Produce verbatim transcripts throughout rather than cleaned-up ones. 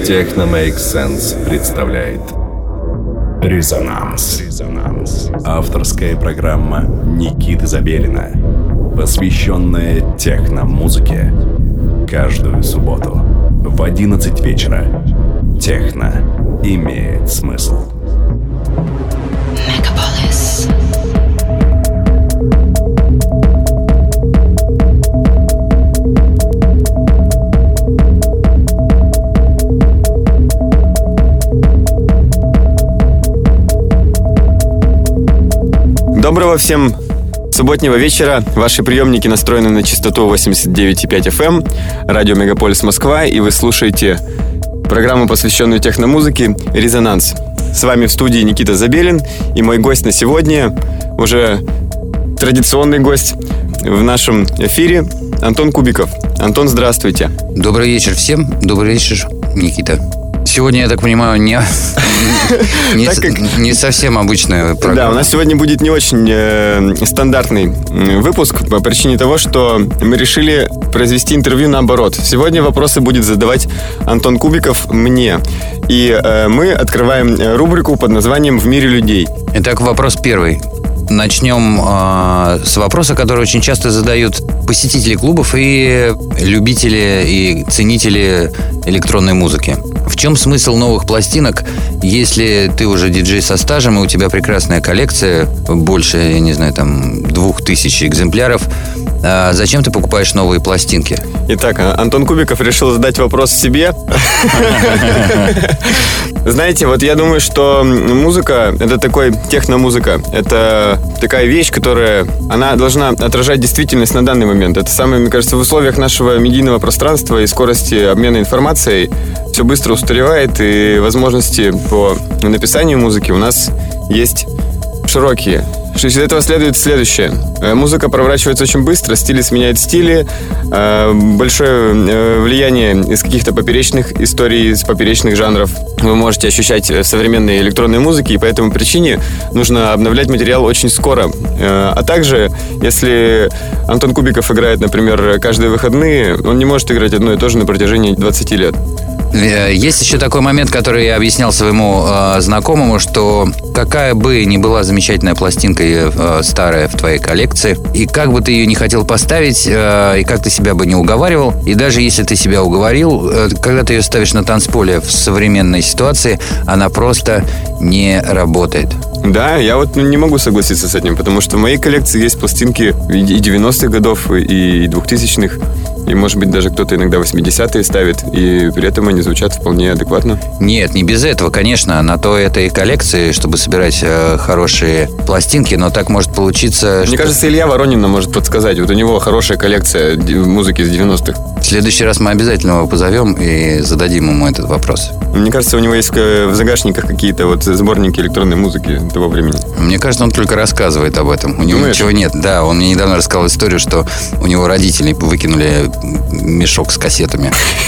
Техно Make Sense представляет Резонанс. Резонанс. Авторская программа Никиты Забелина, посвященная техно-музыке. Каждую субботу в одиннадцать вечера. Техно имеет смысл. Мегаполис. Доброго всем субботнего вечера. Ваши приемники настроены на частоту восемьдесят девять и пять эф эм, радио Мегаполис Москва, и вы слушаете программу, посвященную техномузыке «Резонанс». С вами в студии Никита Забелин, и мой гость на сегодня, уже традиционный гость в нашем эфире, Антон Кубиков. Антон, здравствуйте. Добрый вечер всем. Добрый вечер, Никита. Сегодня, я так понимаю, не, не, как... не совсем обычная программа. Да, у нас сегодня будет не очень э, стандартный выпуск по причине того, что мы решили произвести интервью наоборот. Сегодня вопросы будет задавать Антон Кубиков мне. И э, мы открываем рубрику под названием «В мире людей». Итак, вопрос первый. Начнем э, с вопроса, который очень часто задают посетители клубов и любители и ценители электронной музыки. В чем смысл новых пластинок, если ты уже диджей со стажем, и у тебя прекрасная коллекция, больше, я не знаю, там, двух тысяч экземпляров, а зачем ты покупаешь новые пластинки? Итак, Антон Кубиков решил задать вопрос себе. Знаете, вот я думаю, что музыка, это такой техномузыка, это такая вещь, которая, она должна отражать действительность на данный момент. Это самое, мне кажется, в условиях нашего медийного пространства и скорости обмена информацией все быстро устаревает, и возможности по написанию музыки у нас есть широкие. Из этого следует следующее. Музыка проворачивается очень быстро, стили сменяют стили. Большое влияние из каких-то поперечных историй, из поперечных жанров вы можете ощущать в современной электронной музыке, и по этому причине нужно обновлять материал очень скоро. А также, если Антон Кубиков играет, например, каждые выходные, он не может играть одно и то же на протяжении двадцати лет. Есть еще такой момент, который я объяснял своему э, знакомому, что какая бы ни была замечательная пластинка э, старая в твоей коллекции, и как бы ты ее не хотел поставить, э, и как ты себя бы не уговаривал, и даже если ты себя уговорил, э, когда ты ее ставишь на танцполе в современной ситуации, она просто не работает. Да, я вот не могу согласиться с этим, потому что в моей коллекции есть пластинки и девяностых годов, и двухтысячных, и, может быть, даже кто-то иногда восьмидесятые ставит, и при этом они звучат вполне адекватно. Нет, не без этого, конечно. На то это и коллекции, чтобы собирать э, хорошие пластинки, но так может получиться... Мне что... кажется, Илья Воронин нам может подсказать. Вот у него хорошая коллекция музыки из девяностых. В следующий раз мы обязательно его позовем и зададим ему этот вопрос. Мне кажется, у него есть в загашниках какие-то вот сборники электронной музыки того времени. Мне кажется, он только рассказывает об этом. У него Думаешь? Ничего нет. Да, он мне недавно рассказал историю, что у него родители выкинули мешок с кассетами.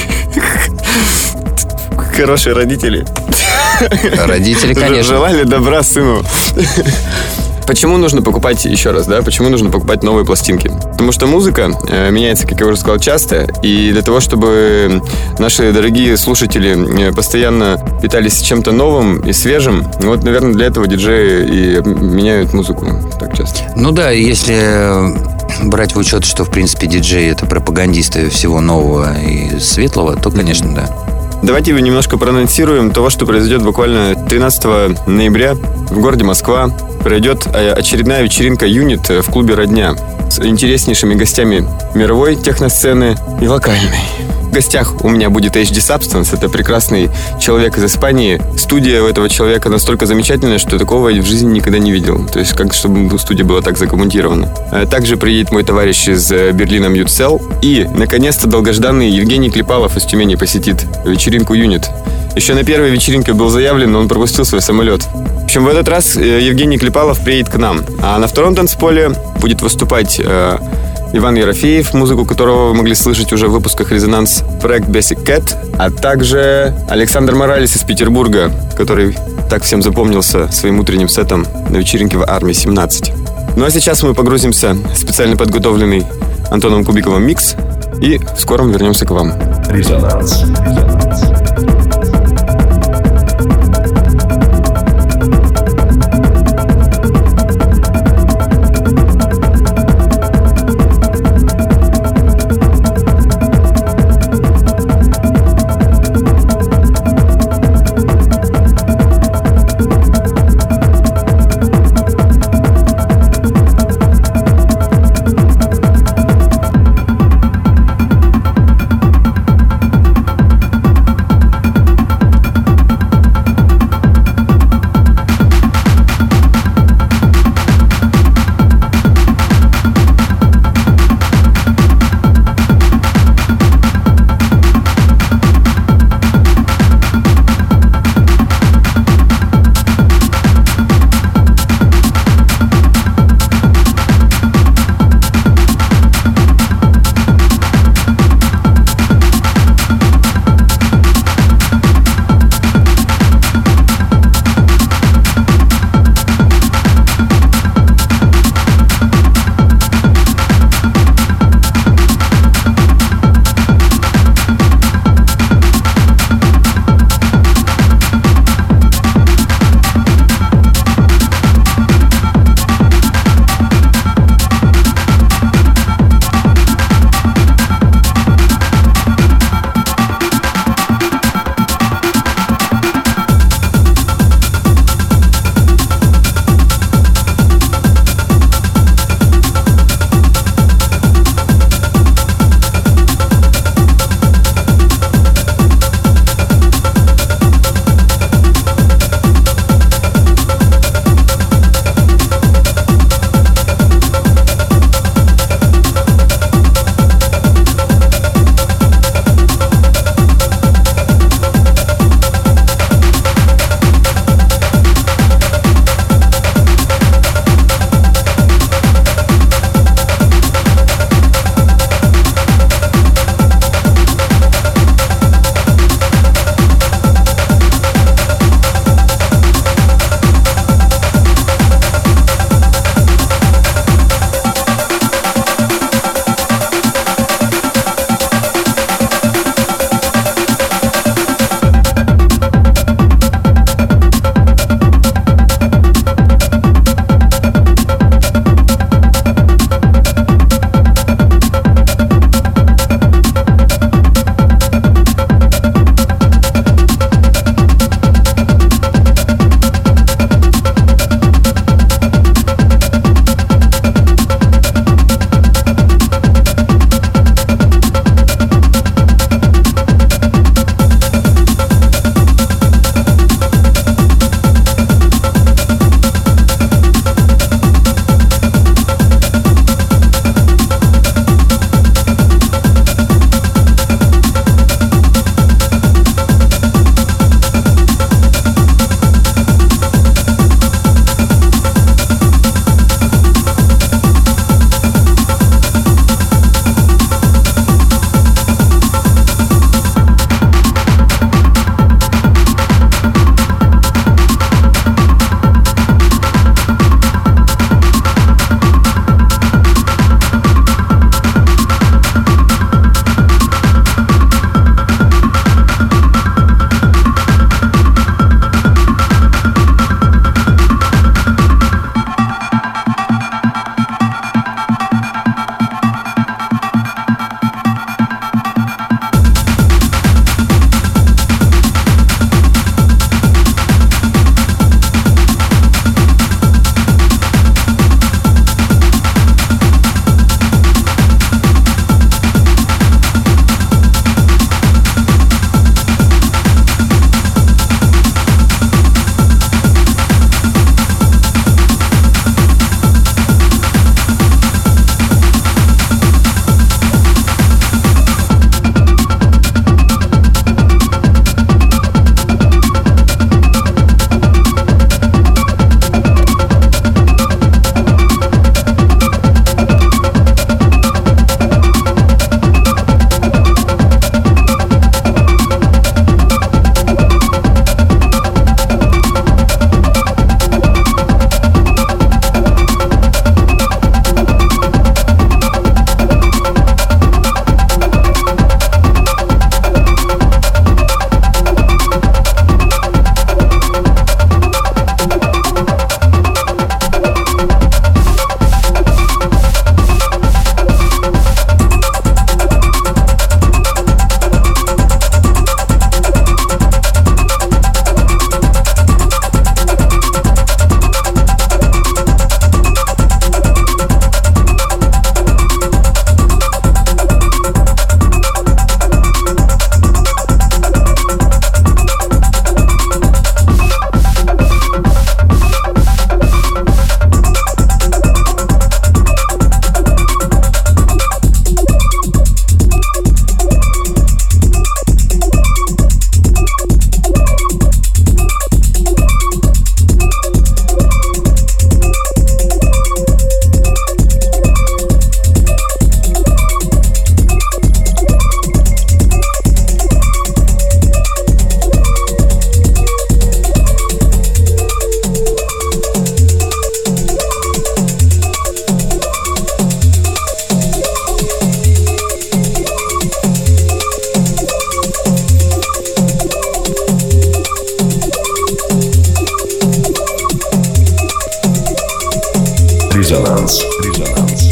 Хорошие родители. Родители, конечно. Желали добра сыну. Почему нужно покупать, еще раз, да, почему нужно покупать новые пластинки? Потому что музыка э, меняется, как я уже сказал, часто, и для того, чтобы наши дорогие слушатели постоянно питались чем-то новым и свежим, вот, наверное, для этого диджеи и меняют музыку так часто. Ну да, если брать в учет, что, в принципе, диджеи — это пропагандисты всего нового и светлого, то, конечно, да. Давайте немножко проанонсируем того, что произойдет буквально тринадцатого ноября в городе Москва. Пройдет очередная вечеринка «Юнит» в клубе «Родня» с интереснейшими гостями мировой техносцены и локальной. В гостях у меня будет эйч ди Substance. Это прекрасный человек из Испании. Студия у этого человека настолько замечательная, что такого я в жизни никогда не видел. То есть, как чтобы студия была так закоммунтирована. Также приедет мой товарищ из Берлина Мьютсел. И, наконец-то, долгожданный Евгений Клепалов из Тюмени посетит вечеринку «Юнит». Еще на первой вечеринке был заявлен, но он пропустил свой самолет. В общем, в этот раз Евгений Клепалов приедет к нам. А на втором танцполе будет выступать э, Иван Ерофеев, музыку которого вы могли слышать уже в выпусках «Резонанс», проект Basic Cat, а также Александр Моралес из Петербурга, который так всем запомнился своим утренним сетом на вечеринке в Армии семнадцать. Ну а сейчас мы погрузимся в специально подготовленный Антоном Кубиковым микс и в скором вернемся к вам. Резонанс. Резонанс. Резонанс. Резонанс.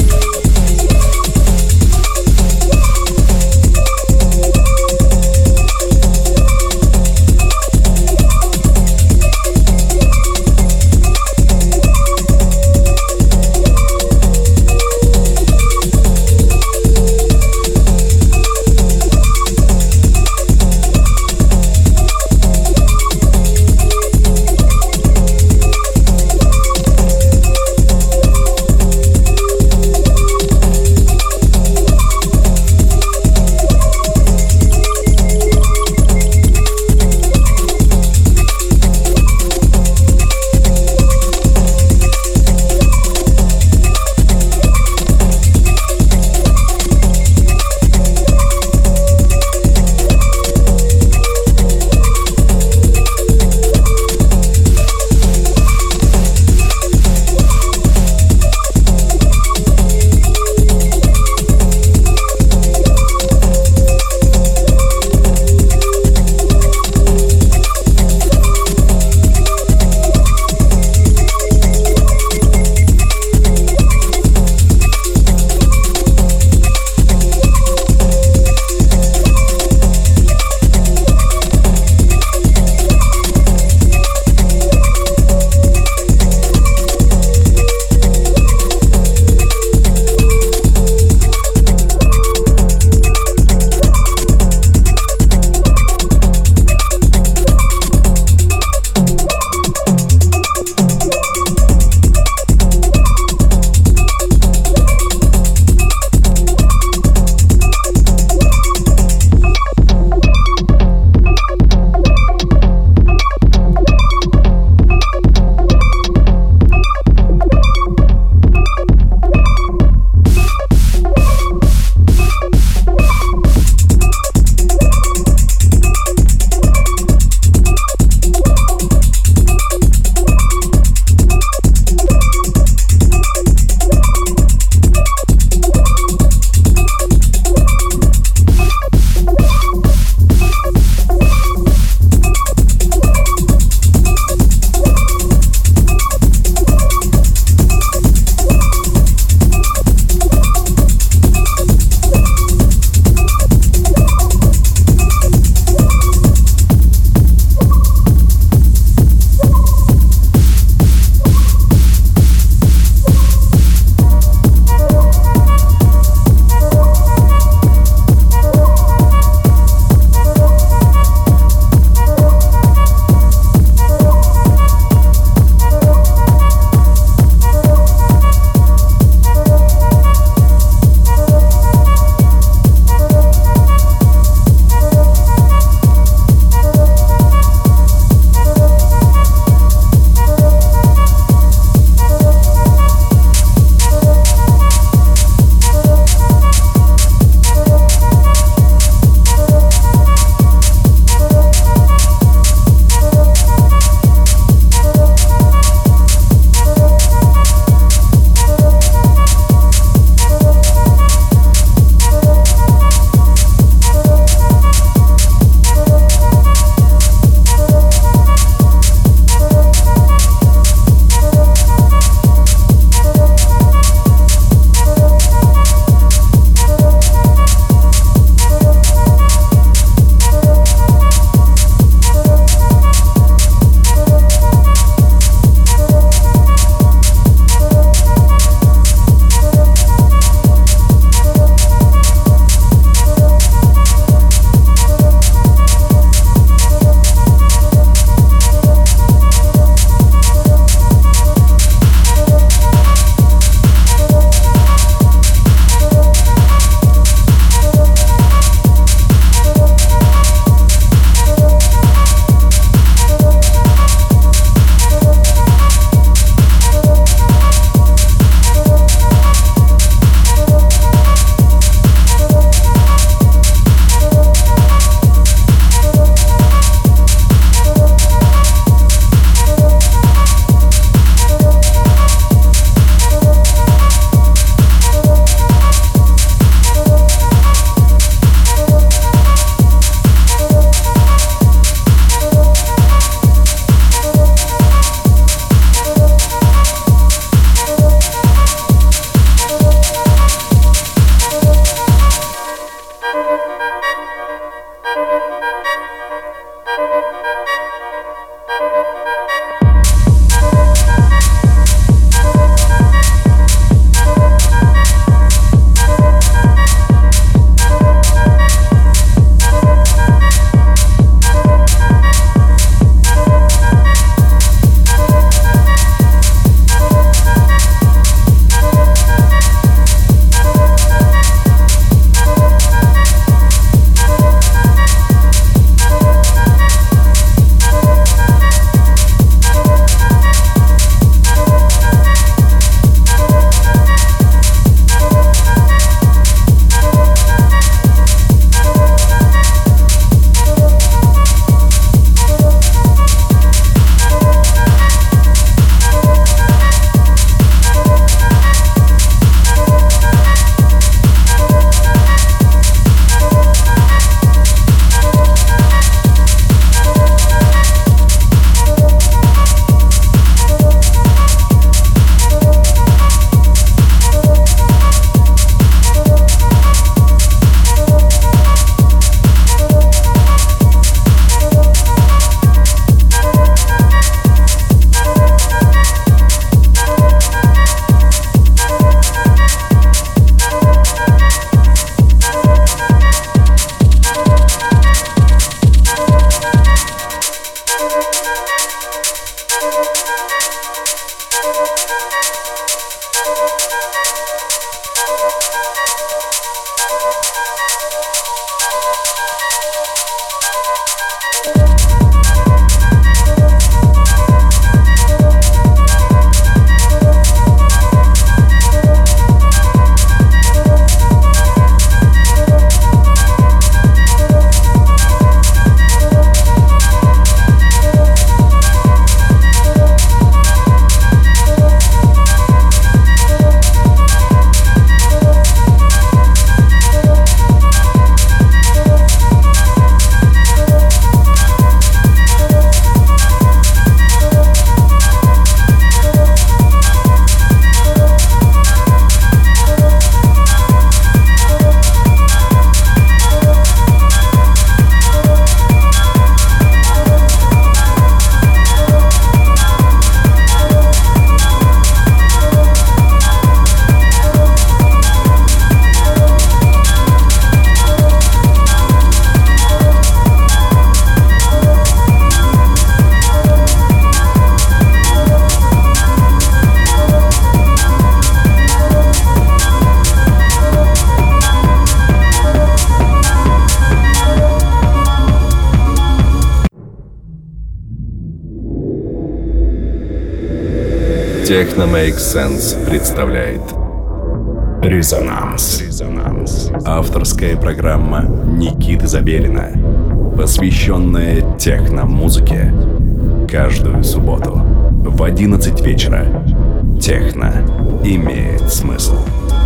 Техно Make Sense представляет Резонанс. Резонанс. Авторская программа Никиты Забелина, посвященная техно-музыке. Каждую субботу в одиннадцать вечера. Техно имеет смысл.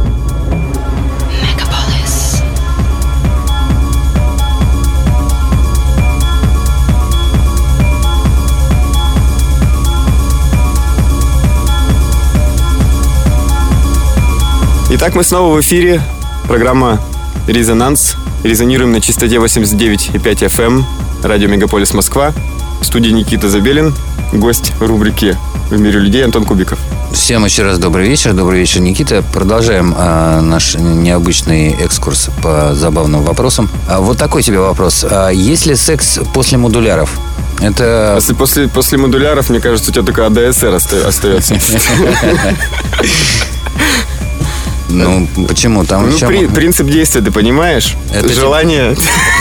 Итак, мы снова в эфире. Программа «Резонанс». Резонируем на частоте восемьдесят девять и пять эф эм. Радио Мегаполис Москва. В студии Никита Забелин. Гость рубрики «В мире людей» Антон Кубиков. Всем еще раз добрый вечер. Добрый вечер, Никита. Продолжаем а, наш необычный экскурс по забавным вопросам. А, вот такой тебе вопрос. А, есть ли секс после модуляров? Это... После, после, после модуляров, мне кажется, у тебя только а дэ эс эр остается. Ну, почему? Там ну, еще... при, принцип действия, ты понимаешь? Это желание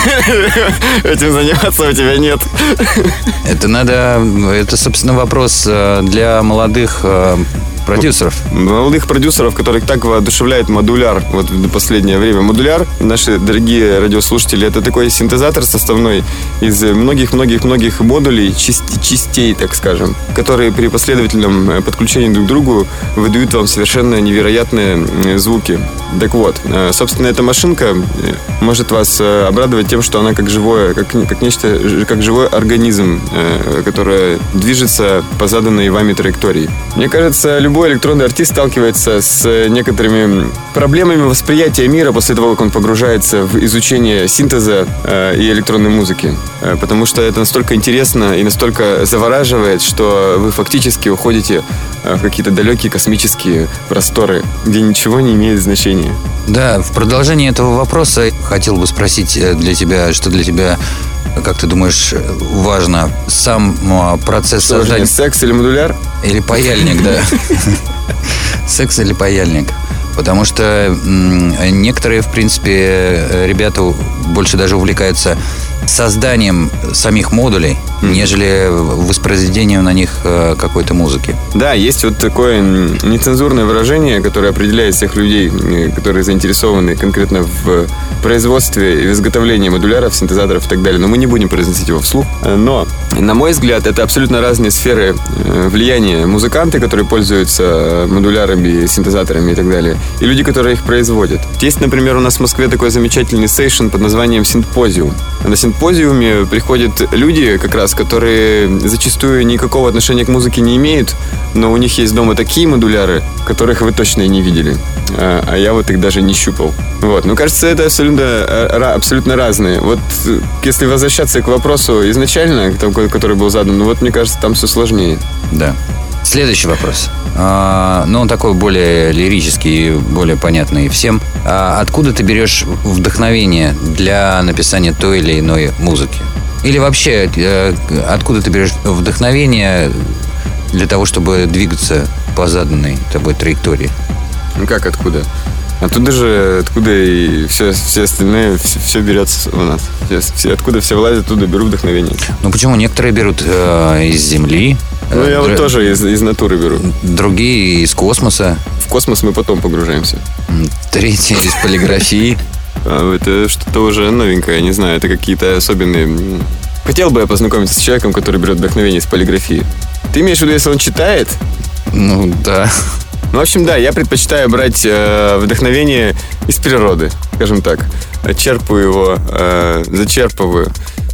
этим заниматься у тебя нет. Это надо... Это, собственно, вопрос для молодых продюсеров. Молодых продюсеров, которых так воодушевляет модуляр вот в последнее время. Модуляр, наши дорогие радиослушатели, это такой синтезатор составной из многих-многих-многих модулей, частей, частей, так скажем, которые при последовательном подключении друг к другу выдают вам совершенно невероятные звуки. Так вот, собственно, эта машинка может вас обрадовать тем, что она как живое, как, как нечто, как живой организм, который движется по заданной вами траектории. Мне кажется, любой электронный артист сталкивается с некоторыми проблемами восприятия мира после того, как он погружается в изучение синтеза э, и электронной музыки. Э, потому что это настолько интересно и настолько завораживает, что вы фактически уходите э, в какие-то далекие космические просторы, где ничего не имеет значения. Да, в продолжении этого вопроса хотел бы спросить для тебя, что для тебя, как ты думаешь, важно? Сам процесс что создания... Важнее, секс или модуляр? Или паяльник, да. Секс или паяльник. Потому что некоторые, в принципе, ребята больше даже увлекаются созданием самих модулей, mm-hmm. нежели воспроизведением на них какой-то музыки. Да, есть вот такое нецензурное выражение, которое определяет всех людей, которые заинтересованы конкретно в производстве и в изготовлении модуляров, синтезаторов и так далее. Но мы не будем произносить его вслух. Но, на мой взгляд, это абсолютно разные сферы влияния. Музыканты, которые пользуются модулярами, синтезаторами и так далее, и люди, которые их производят. Есть, например, у нас в Москве такой замечательный сейшн под названием «Синтпозиум». На симпозиуме приходят люди, как раз, которые зачастую никакого отношения к музыке не имеют, но у них есть дома такие модуляры, которых вы точно и не видели. А, а я вот их даже не щупал. Вот. Ну, кажется, это абсолютно, абсолютно разные. Вот если возвращаться к вопросу изначально, который был задан, ну вот, мне кажется, там все сложнее. Да. Следующий вопрос. А, ну, он такой более лирический, более понятный всем. А откуда ты берешь вдохновение для написания той или иной музыки? Или вообще, откуда ты берешь вдохновение для того, чтобы двигаться по заданной тобой траектории? Ну, как откуда? Оттуда же, откуда и все, все остальное, все, все берется у нас. Все, все, откуда все влазят, оттуда беру вдохновение. Ну, почему? Некоторые берут э, из земли. Ну, я Др... вот тоже из, из натуры беру. Другие из космоса. В космос мы потом погружаемся. Третьи из полиграфии. Это что-то уже новенькое, не знаю, это какие-то особенные... Хотел бы я познакомиться с человеком, который берет вдохновение из полиграфии. Ты имеешь в виду, если он читает? Ну, да. Ну, в общем, да, я предпочитаю брать э, вдохновение из природы, скажем так. Черпаю его, э, зачерпываю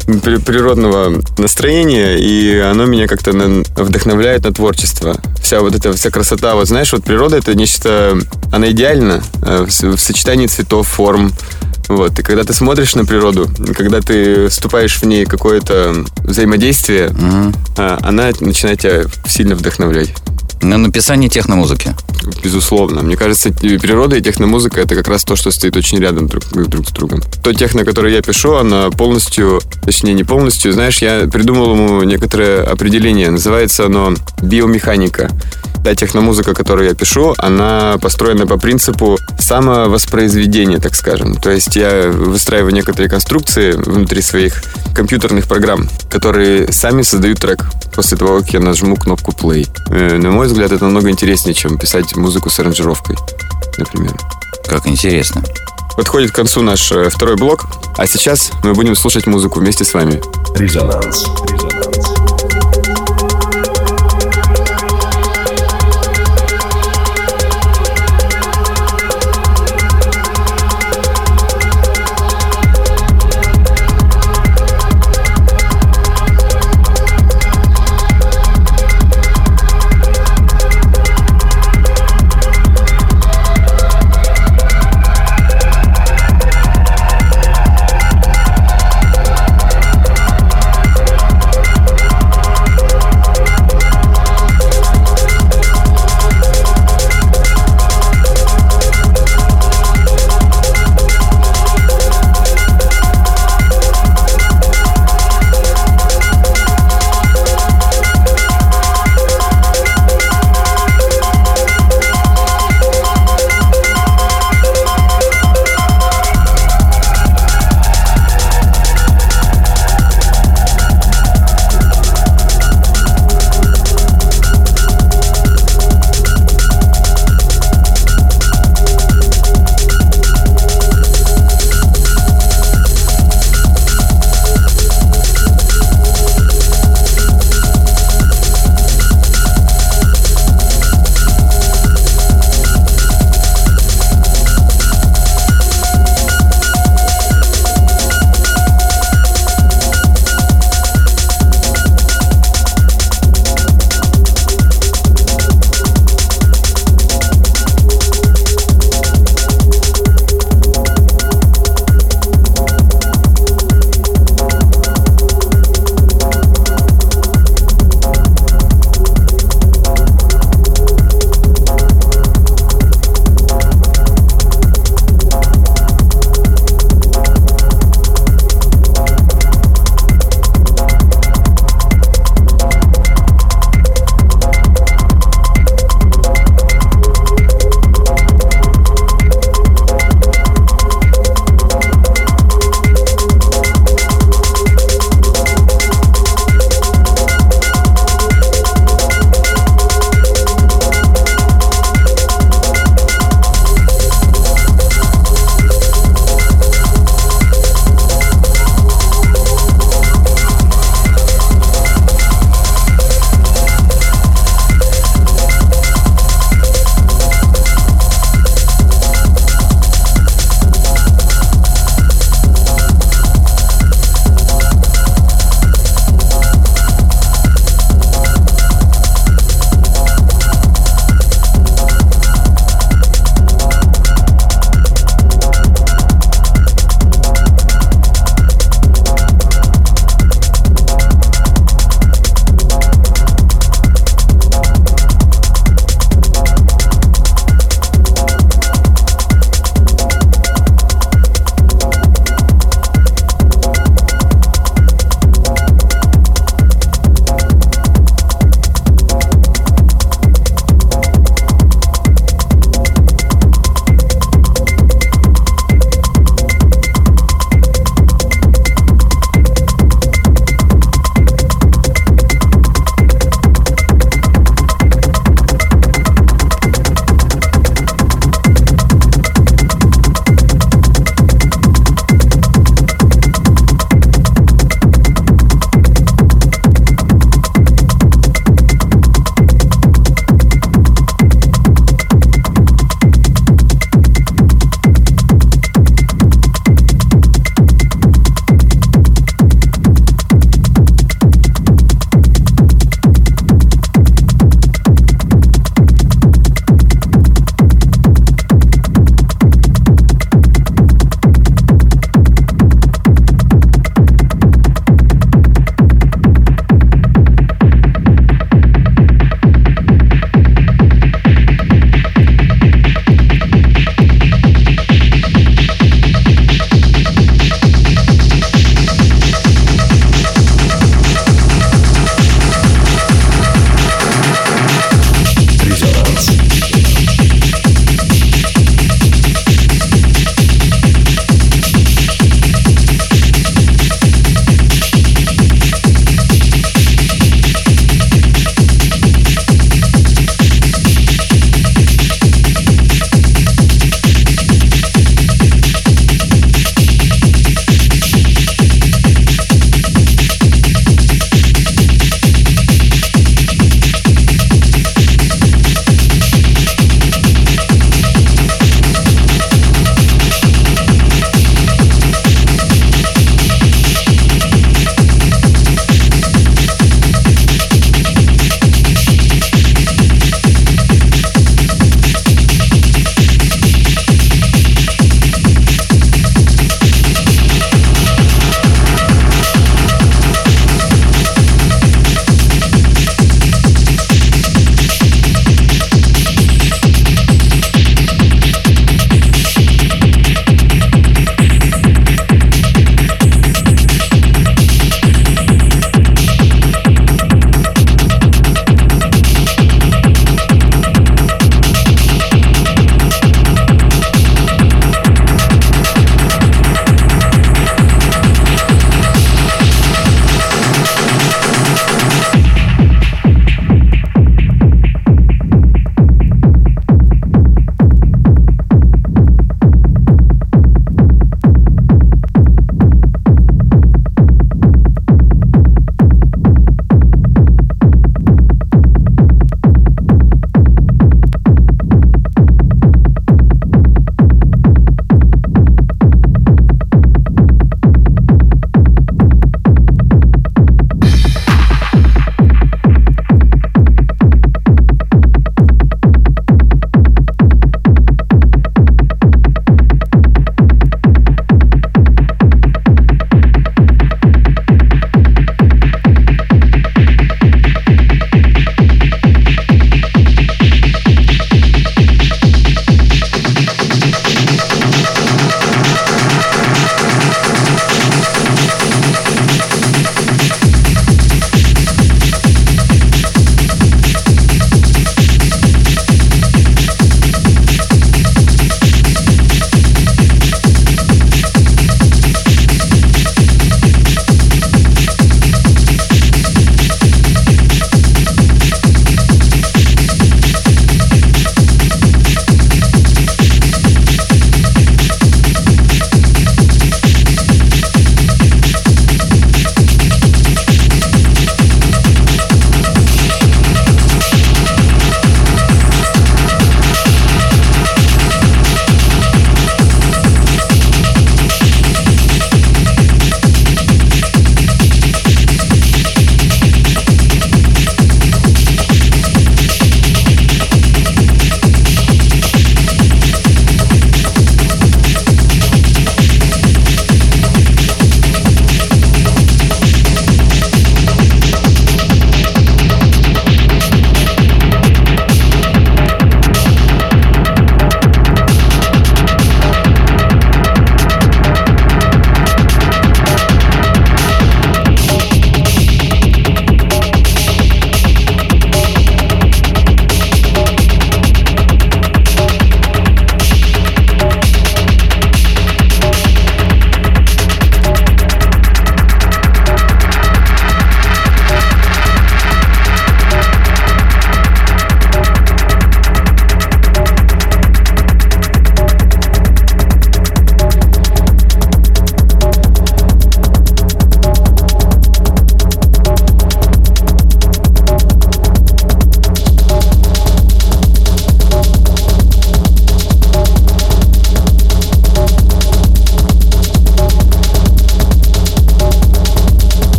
природного настроения, и оно меня как-то на, вдохновляет на творчество. Вся вот эта вся красота, вот знаешь, вот природа — это нечто, она идеальна э, в, в сочетании цветов, форм. Вот, и когда ты смотришь на природу, когда ты вступаешь в ней какое-то взаимодействие, угу. э, она начинает тебя сильно вдохновлять. На написание техномузыки. Безусловно. Мне кажется, природа и техномузыка — это как раз то, что стоит очень рядом друг, друг с другом. То техно, которое я пишу, она полностью, точнее, не полностью, знаешь, я придумал ему некоторое определение. Называется оно биомеханика. Та техномузыка, которую я пишу, она построена по принципу самовоспроизведения, так скажем. То есть я выстраиваю некоторые конструкции внутри своих компьютерных программ, которые сами создают трек после того, как я нажму кнопку play. На мой мой взгляд, это намного интереснее, чем писать музыку с аранжировкой, например. Как интересно. Подходит к концу наш второй блок, а сейчас мы будем слушать музыку вместе с вами. Резонанс. Резонанс.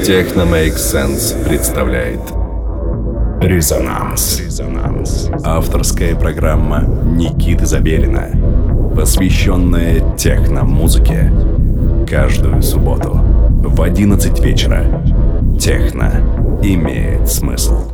Техно Make Sense представляет Резонанс. Резонанс. Авторская программа Никиты Забелина, посвященная техно-музыке. Каждую субботу в одиннадцать вечера. Техно имеет смысл.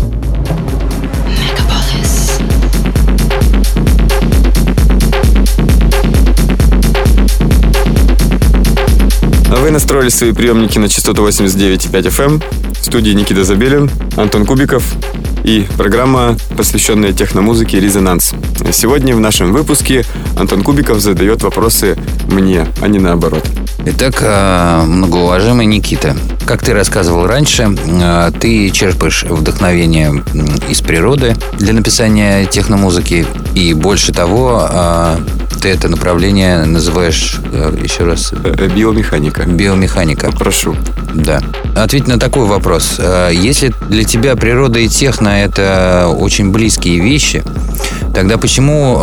А вы настроили свои приемники на частоту восемьдесят девять и пять эф эм. В студии Никита Забелин, Антон Кубиков и программа, посвященная техномузыке «Резонанс». Сегодня в нашем выпуске Антон Кубиков задает вопросы мне, а не наоборот. Итак, многоуважаемый Никита, как ты рассказывал раньше, ты черпаешь вдохновение из природы для написания техномузыки, и больше того, ты это направление называешь, еще раз... Биомеханика. Биомеханика. Прошу. Да. Ответь на такой вопрос. Если для тебя природа и техно — это очень близкие вещи, тогда почему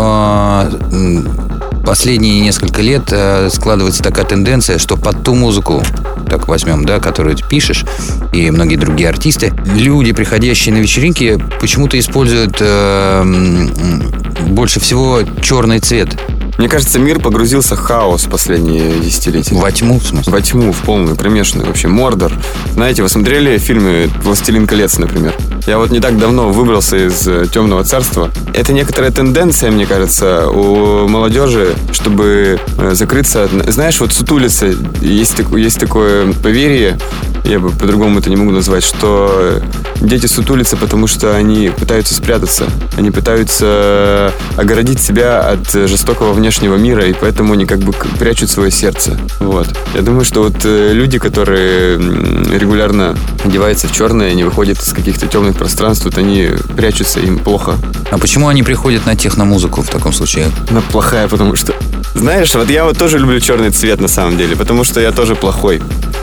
последние несколько лет складывается такая тенденция, что под ту музыку, так возьмем, да, которую ты пишешь, и многие другие артисты, люди, приходящие на вечеринки, почему-то используют э, больше всего черный цвет? Мне кажется, мир погрузился в хаос в последние десятилетия. Во тьму, в смысле? Во тьму, в полную, кромешную. Вообще, Мордор. Знаете, вы смотрели фильмы «Властелин колец», например? Я вот не так давно выбрался из «Темного царства». Это некоторая тенденция, мне кажется, у молодежи, чтобы закрыться. Знаешь, вот сутулиться. Есть, есть такое поверье, я бы по-другому это не могу назвать, что дети сутулятся, потому что они пытаются спрятаться. Они пытаются огородить себя от жестокого внешнего мира, и поэтому они как бы прячут свое сердце. Вот. Я думаю, что вот люди, которые регулярно одеваются в черное, они выходят из каких-то темных пространств, вот они прячутся, им плохо. А почему они приходят на техномузыку в таком случае? Она плохая, потому что... Знаешь, вот я вот тоже люблю черный цвет на самом деле, потому что я тоже плохой.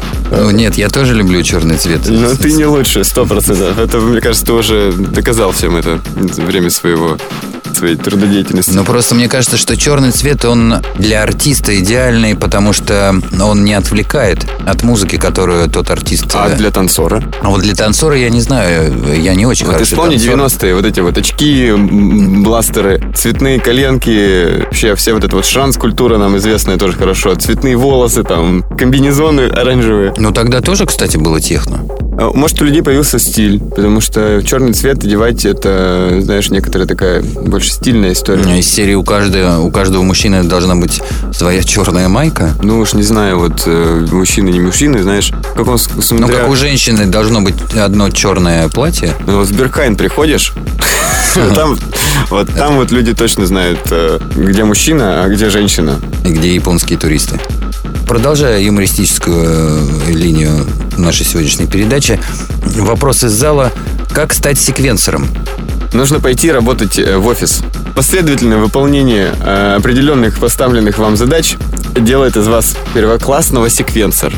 Ну нет, я тоже люблю черный цвет. Но ты не лучше, сто процентов. Это, мне кажется, ты уже доказал всем это за время своего, своей трудодеятельности. Ну просто мне кажется, что черный цвет, он для артиста идеальный, потому что он не отвлекает от музыки, которую тот артист... А для танцора? А вот для танцора я не знаю, я не очень вот хороший вспомни танцор. девяностые, вот эти вот очки, бластеры, цветные коленки, вообще вся вот эта вот шранс-культура нам известная тоже хорошо, цветные волосы, там, комбинезоны оранжевые. Ну тогда тоже, кстати, было техно. Может, у людей появился стиль, потому что черный цвет одевать — это, знаешь, некоторая такая больше стильная история. Из серии у каждого, у каждого мужчины должна быть своя черная майка. Ну уж не знаю, вот мужчины не мужчины, знаешь, как он смотря... Ну как у женщины должно быть одно черное платье. Ну вот в Беркхайн приходишь, там вот там вот люди точно знают, где мужчина, а где женщина. И где японские туристы. Продолжая юмористическую линию нашей сегодняшней передачи, вопрос из зала: как стать секвенсором? Нужно пойти работать в офис. Последовательное выполнение э, определенных поставленных вам задач делает из вас первоклассного секвенсора.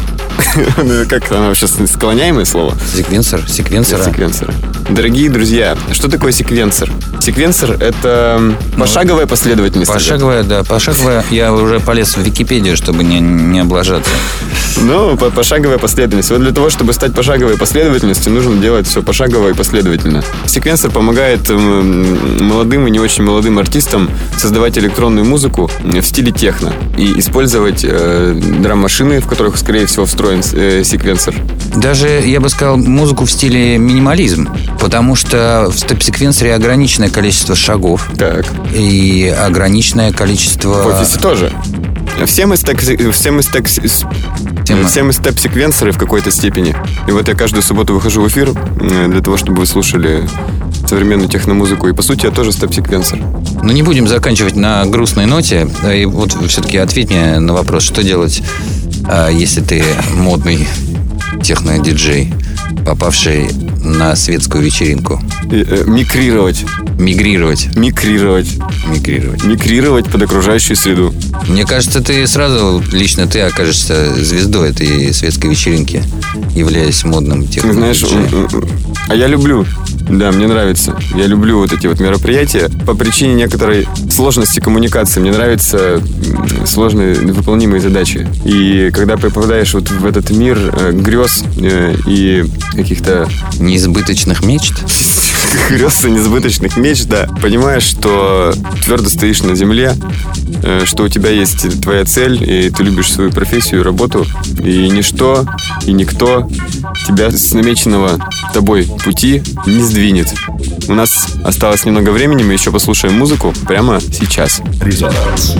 Как оно вообще, склоняемое слово? Секвенсор, секвенсора. Секвенсора. Дорогие друзья, что такое секвенсор? Секвенсор — это пошаговая последовательность. Пошаговая, да, пошаговая. Я уже полез в Википедию, чтобы не, не облажаться. Ну, пошаговая последовательность. Вот для того, чтобы стать пошаговой последовательностью, нужно делать все пошагово и последовательно. Секвенсор помогает молодым и не очень молодым артистам создавать электронную музыку в стиле техно и использовать э, драм-машины, в которых, скорее всего, встроен э, секвенсор. Даже, я бы сказал, музыку в стиле минимализм, потому что в степ-секвенсоре ограниченное количество шагов. Так. И ограниченное количество... В офисе тоже. Все мы, стек, все мы, стек, Тема. все мы степ-секвенсоры в какой-то степени. И вот я каждую субботу выхожу в эфир для того, чтобы вы слушали современную техномузыку. И, по сути, я тоже степ-секвенсор. Ну, не будем заканчивать на грустной ноте. И вот все-таки ответь мне на вопрос, что делать, если ты модный техно-диджей, попавший на светскую вечеринку? Мигрировать. Мигрировать. Мигрировать. Мигрировать. Мигрировать под окружающую среду. Мне кажется, ты сразу, лично ты окажешься звездой этой светской вечеринки, являясь модным техно-диджеем. Знаешь, а я люблю. Да, мне нравится. Я люблю вот эти вот мероприятия по причине некоторой сложности коммуникации. Мне нравятся сложные выполнимые задачи. И когда попадаешь вот в этот мир э, грез э, и каких-то... Неизбыточных мечт? Грез и несбыточных мечт, да. Понимаешь, что твердо стоишь на земле, э, что у тебя есть твоя цель, и ты любишь свою профессию, работу, и ничто, и никто тебя с намеченного тобой пути не сдвинет. У нас осталось немного времени, мы еще послушаем музыку прямо сейчас. Резонанс.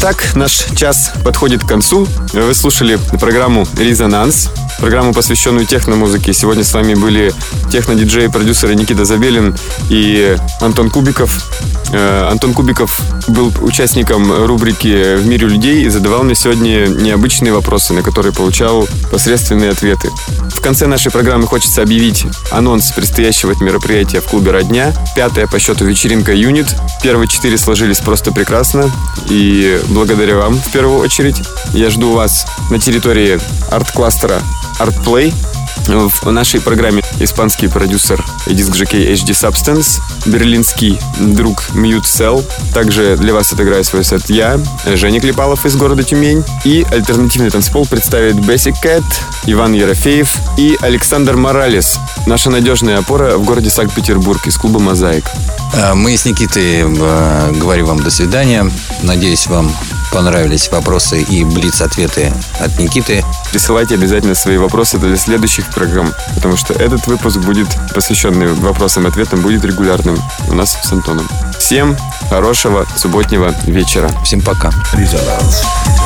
Итак, наш час подходит к концу. Вы слушали программу «Резонанс», программу, посвященную техномузыке. Сегодня с вами были техно-диджей, продюсеры Никита Забелин и Антон Кубиков. Антон Кубиков был участником рубрики «В мире людей» и задавал мне сегодня необычные вопросы, на которые получал посредственные ответы. В конце нашей программы хочется объявить анонс предстоящего мероприятия в клубе «Родня». Пятая по счету вечеринка «Юнит». Первые четыре сложились просто прекрасно. И благодаря вам в первую очередь. Я жду вас на территории арт-кластера ArtPlay. В нашей программе испанский продюсер и диск-жокей эйч ди Substance, берлинский друг Mute Cell. Также для вас отыграю свой сет я, Женя Клепалов из города Тюмень. И альтернативный танцпол представит Basic Cat, Иван Ерофеев и Александр Моралес. Наша надежная опора в городе Санкт-Петербург из клуба «Мозаик». Мы с Никитой говорим вам до свидания. Надеюсь, вам понравились вопросы и блиц-ответы от Никиты. Присылайте обязательно свои вопросы для следующих программ, потому что этот выпуск будет посвященный вопросам и ответам, будет регулярным у нас с Антоном. Всем хорошего субботнего вечера. Всем пока. Резонанс.